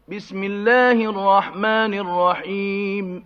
بسم الله الرحمن الرحيم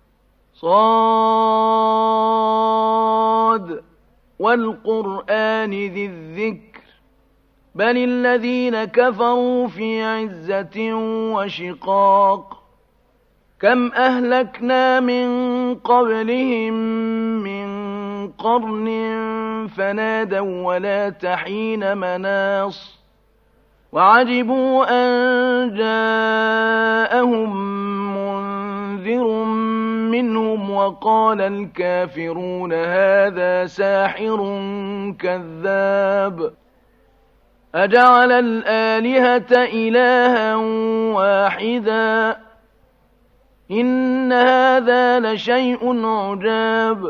صاد والقرآن ذي الذكر بل الذين كفروا في عزة وشقاق كم أهلكنا من قبلهم من قرن فنادوا ولا تحين مناص وعجبوا أن جاءهم منذر منهم وقال الكافرون هذا ساحر كذاب أجعل الآلهة إلها واحدا إن هذا لشيء عجاب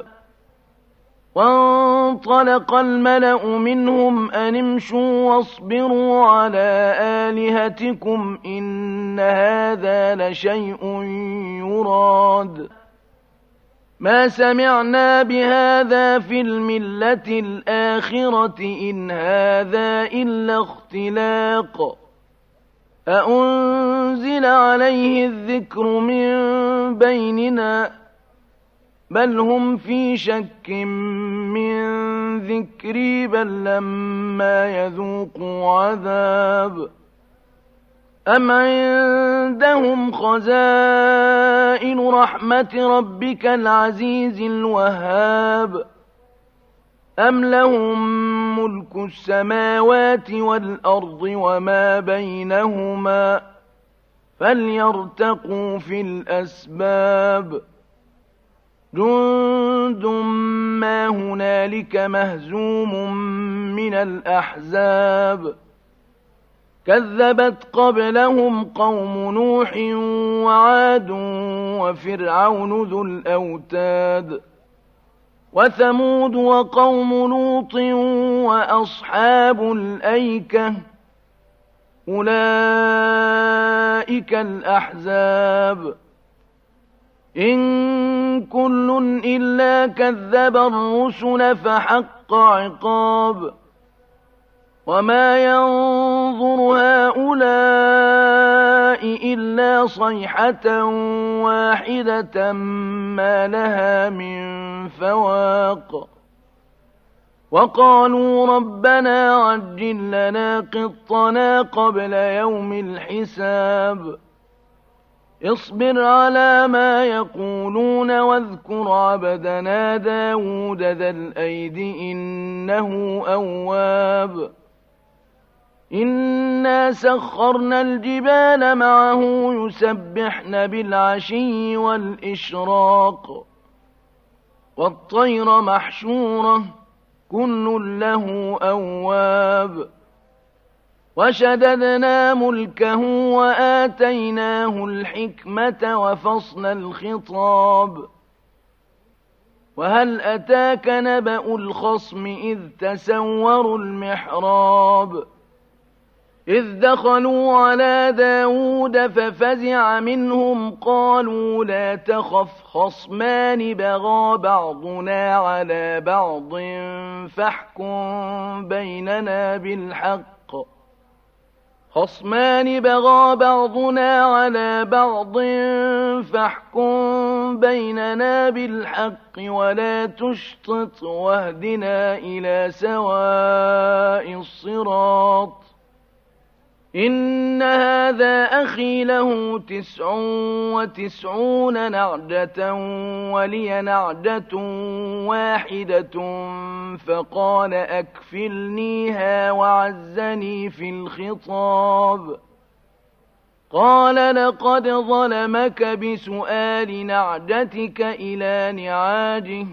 وانطلق الملأ منهم أن امشوا واصبروا على آلهتكم إن هذا لشيء يراد ما سمعنا بهذا في الملة الآخرة إن هذا إلا اختلاق أأنزل عليه الذكر من بيننا بل هم في شك من ذكري بل لما يذوقوا عذاب أم عندهم خزائن رحمة ربك العزيز الوهاب أم لهم ملك السماوات والأرض وما بينهما فليرتقوا في الأسباب جند ما هنالك مهزوم من الأحزاب كذبت قبلهم قوم نوح وعاد وفرعون ذو الأوتاد وثمود وقوم لوط وأصحاب الأيكة أولئك الأحزاب إن كل إلا كذب الرسل فحق عقاب وما ينظر هؤلاء إلا صيحة واحدة ما لها من فواق وقالوا ربنا عجل لنا قطنا قبل يوم الحساب اصبر على ما يقولون واذكر عبدنا داود ذا الأيد إنه أواب إنا سخرنا الجبال معه يسبحن بالعشي والإشراق والطير محشورة كل له أواب وشددنا ملكه وآتيناه الحكمة وفصل الخطاب وهل أتاك نبأ الخصم إذ تسوروا المحراب إذ دخلوا على داود ففزع منهم قالوا لا تخف خصمان بغى بعضنا على بعض فاحكم بيننا بالحق خصمان بغى بعضنا على بعض فاحكم بيننا بالحق ولا تشطط واهدنا إلى سواء الصراط إن هذا أخي له 99 نعجة ولي نعجة واحدة فقال أكفلنيها وعزني في الخطاب قال لقد ظلمك بسؤال نعجتك إلى نعاجه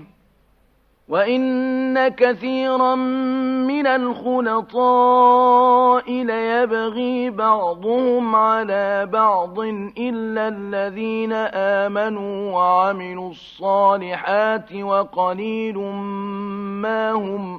وإن كثيرا من الخلطاء ليبغي بعضهم على بعض إلا الذين آمنوا وعملوا الصالحات وقليل ما هم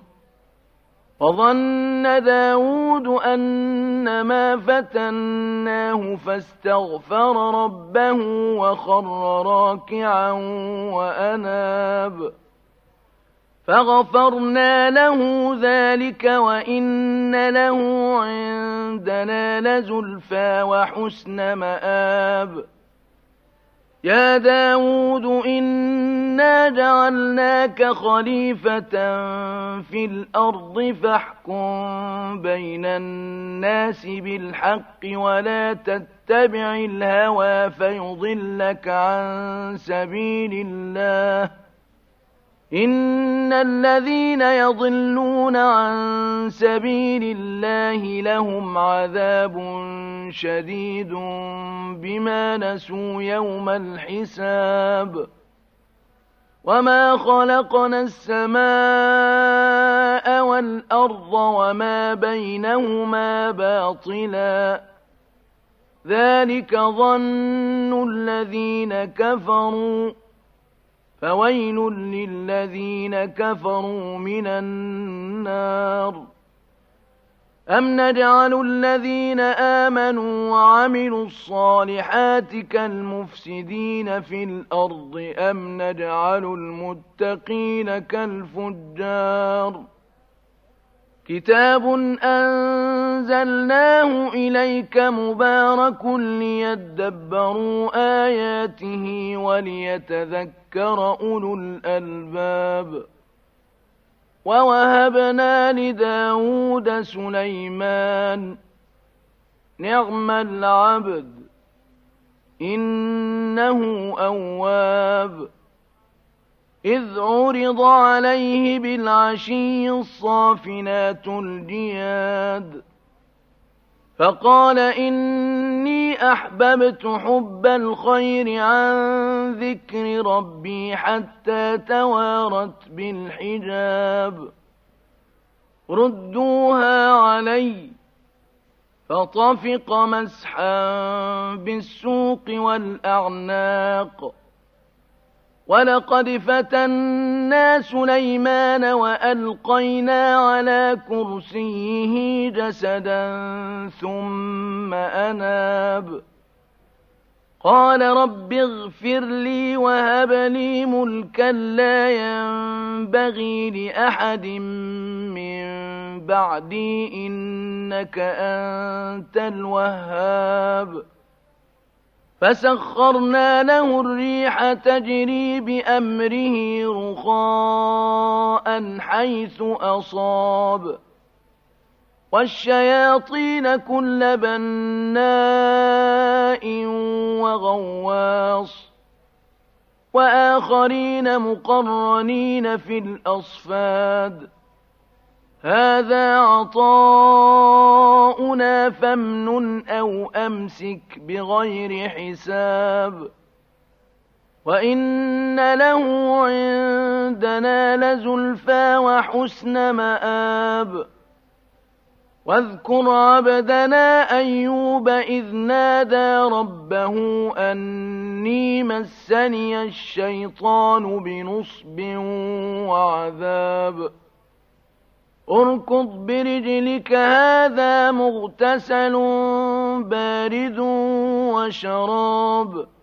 وظن داود أنما فتناه فاستغفر ربه وخر راكعا وأناب فغفرنا له ذلك وإن له عندنا لزلفى وحسن مآب. يا داود إنا جعلناك خليفة في الأرض فاحكم بين الناس بالحق ولا تتبع الهوى فيضلك عن سبيل الله. إن الذين يضلون عن سبيل الله لهم عذاب شديد بما نسوا يوم الحساب. وما خلقنا السماء والأرض وما بينهما باطلا ذلك ظن الذين كفروا فويل للذين كفروا من النار. أم نجعل الذين آمنوا وعملوا الصالحات كالمفسدين في الأرض أم نجعل المتقين كالفجار. كتاب أنزلناه إليك مبارك ليدبروا آياته وليتذكر أولو الألباب. ووهبنا لداود سليمان نعم العبد إنه أواب. إذ عرض عليه بالعشي الصافنات الجياد فقال إني أحببت حب الخير عن ذكر ربي حتى توارت بالحجاب. ردوها علي فطفق مسحا بالسوق والأعناق. ولقد فتنا سليمان وألقينا على كرسيه جسدا ثم أناب. قال رب اغفر لي وهب لي ملكا لا ينبغي لأحد من بعدي إنك أنت الوهاب. فسخرنا له الريح تجري بأمره رخاء حيث أصاب والشياطين كل بناء وغواص وآخرين مقرنين في الأصفاد. هذا عطاؤنا فامنن أو أمسك بغير حساب. وإن له عندنا لزلفى وحسن مآب. واذكر عبدنا أيوب إذ نادى ربه أني مسني الشيطان بنصب وعذاب. اركض برجلك هذا مغتسل بارد وشراب.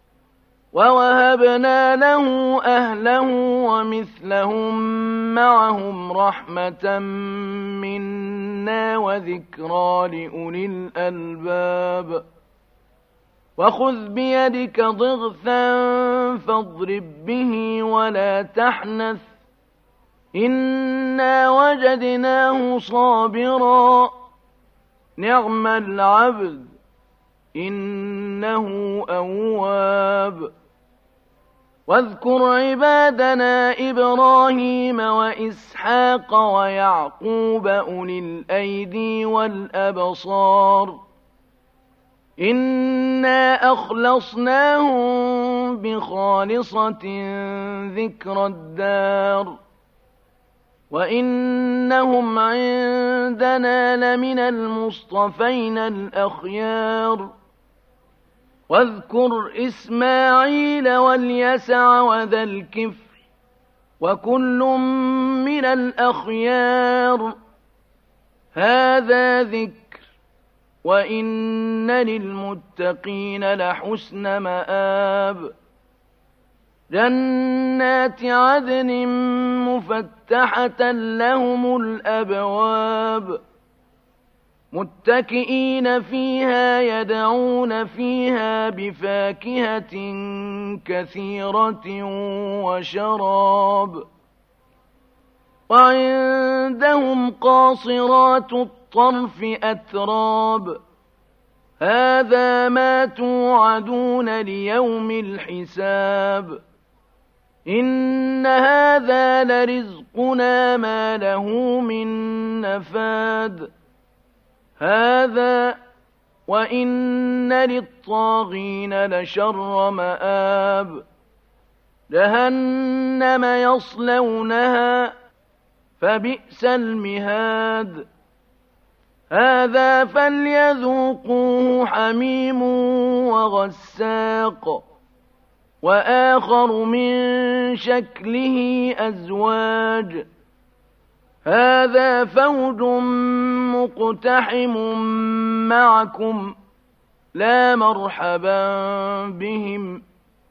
ووهبنا له أهله ومثلهم معهم رحمة منا وذكرى لأولي الألباب. وخذ بيدك ضغثا فاضرب به ولا تحنث إنا وجدناه صابرا نعم العبد إنه أواب. واذكر عبادنا إبراهيم وإسحاق ويعقوب أولي الأيدي والأبصار إنا أخلصناهم بخالصة ذكر الدار وإنهم عندنا لمن المصطفين الأخيار. واذكر إسماعيل واليسع وذا الكفل وكل من الأخيار. هذا ذكر وإن للمتقين لحسن مآب. جنات عدن مفتحة لهم الأبواب متكئين فيها يدعون فيها بفاكهة كثيرة وشراب وعندهم قاصرات الطرف أتراب هذا ما توعدون ليوم الحساب إن هذا لرزقنا ما له من نفاد هذا وإن للطاغين لشر مآب جهنم يصلونها فبئس المهاد هذا فليذوقوه حميم وغساق وآخر من شكله أزواج هذا فوج مقتحم معكم لا مرحبا بهم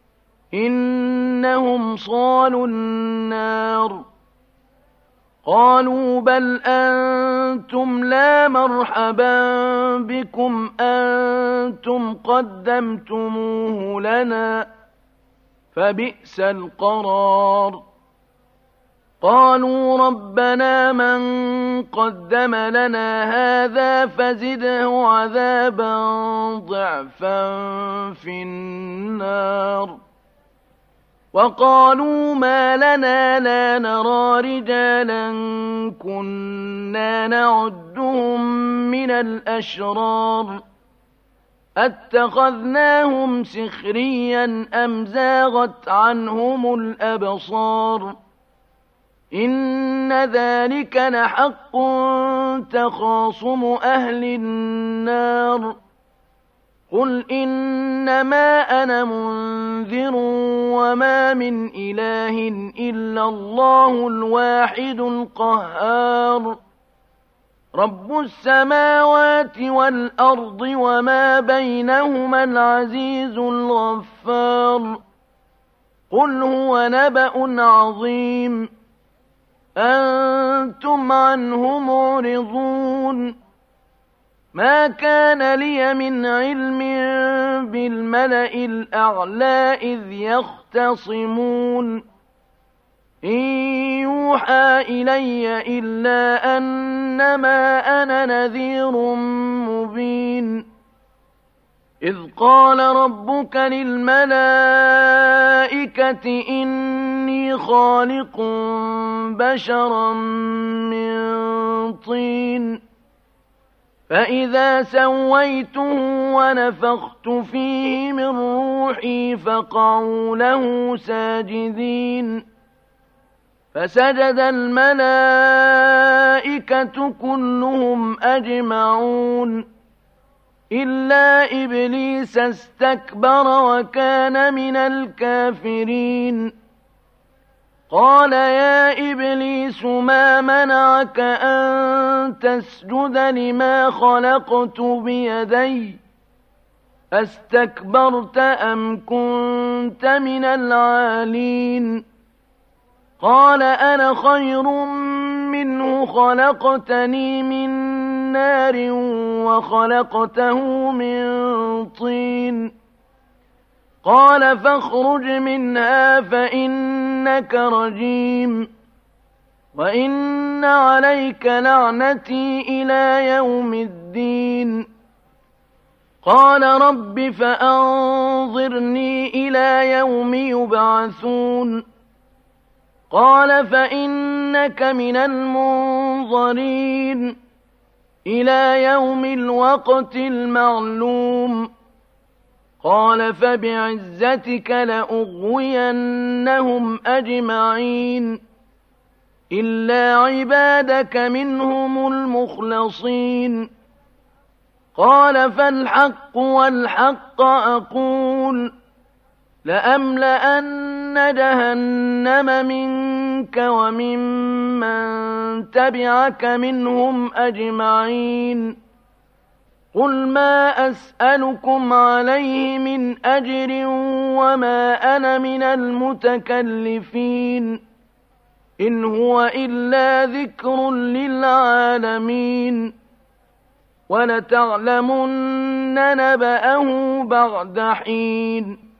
إنهم صالوا النار قالوا بل أنتم لا مرحبا بكم أنتم قدمتموه لنا فبئس القرار قالوا ربنا من قدم لنا هذا فزده عذابا ضعفا في النار وقالوا ما لنا لا نرى رجالا كنا نعدهم من الأشرار أتخذناهم سخريا أم زاغت عنهم الأبصار إن ذلك لحق تخاصم أهل النار قل إنما أنا منذر وما من إله إلا الله الواحد القهار رب السماوات والأرض وما بينهما العزيز الغفار قل هو نبأ عظيم أنتم عنه معرضون ما كان لي من علم بالملأ الأعلى إذ يختصمون إن يوحى إلي إلا أنما أنا نذير مبين إذ قال ربك للملائكة إني خالق بشرا من طين فإذا سويته ونفخت فيه من روحي فقعوا له ساجدين فسجد الملائكة كلهم أجمعون إلا إبليس استكبر وكان من الكافرين قال يا إبليس ما منعك أن تسجد لما خلقت بيدي أستكبرت أم كنت من العالين قال أنا خير منه خلقتني من نار وخلقته من طين قال فاخرج منها فإنك رجيم وإن عليك لعنتي إلى يوم الدين قال رب فأنظرني إلى يوم يبعثون قال فإنك من المنظرين إلى يوم الوقت المعلوم قال فبعزتك لأغوينهم أجمعين إلا عبادك منهم المخلصين قال فالحق والحق أقول لأملأن جهنم منك وممن تبعك منهم أجمعين قل ما أسألكم عليه من أجر وما أنا من المتكلفين إن هو إلا ذكر للعالمين ولتعلمن نبأه بعد حين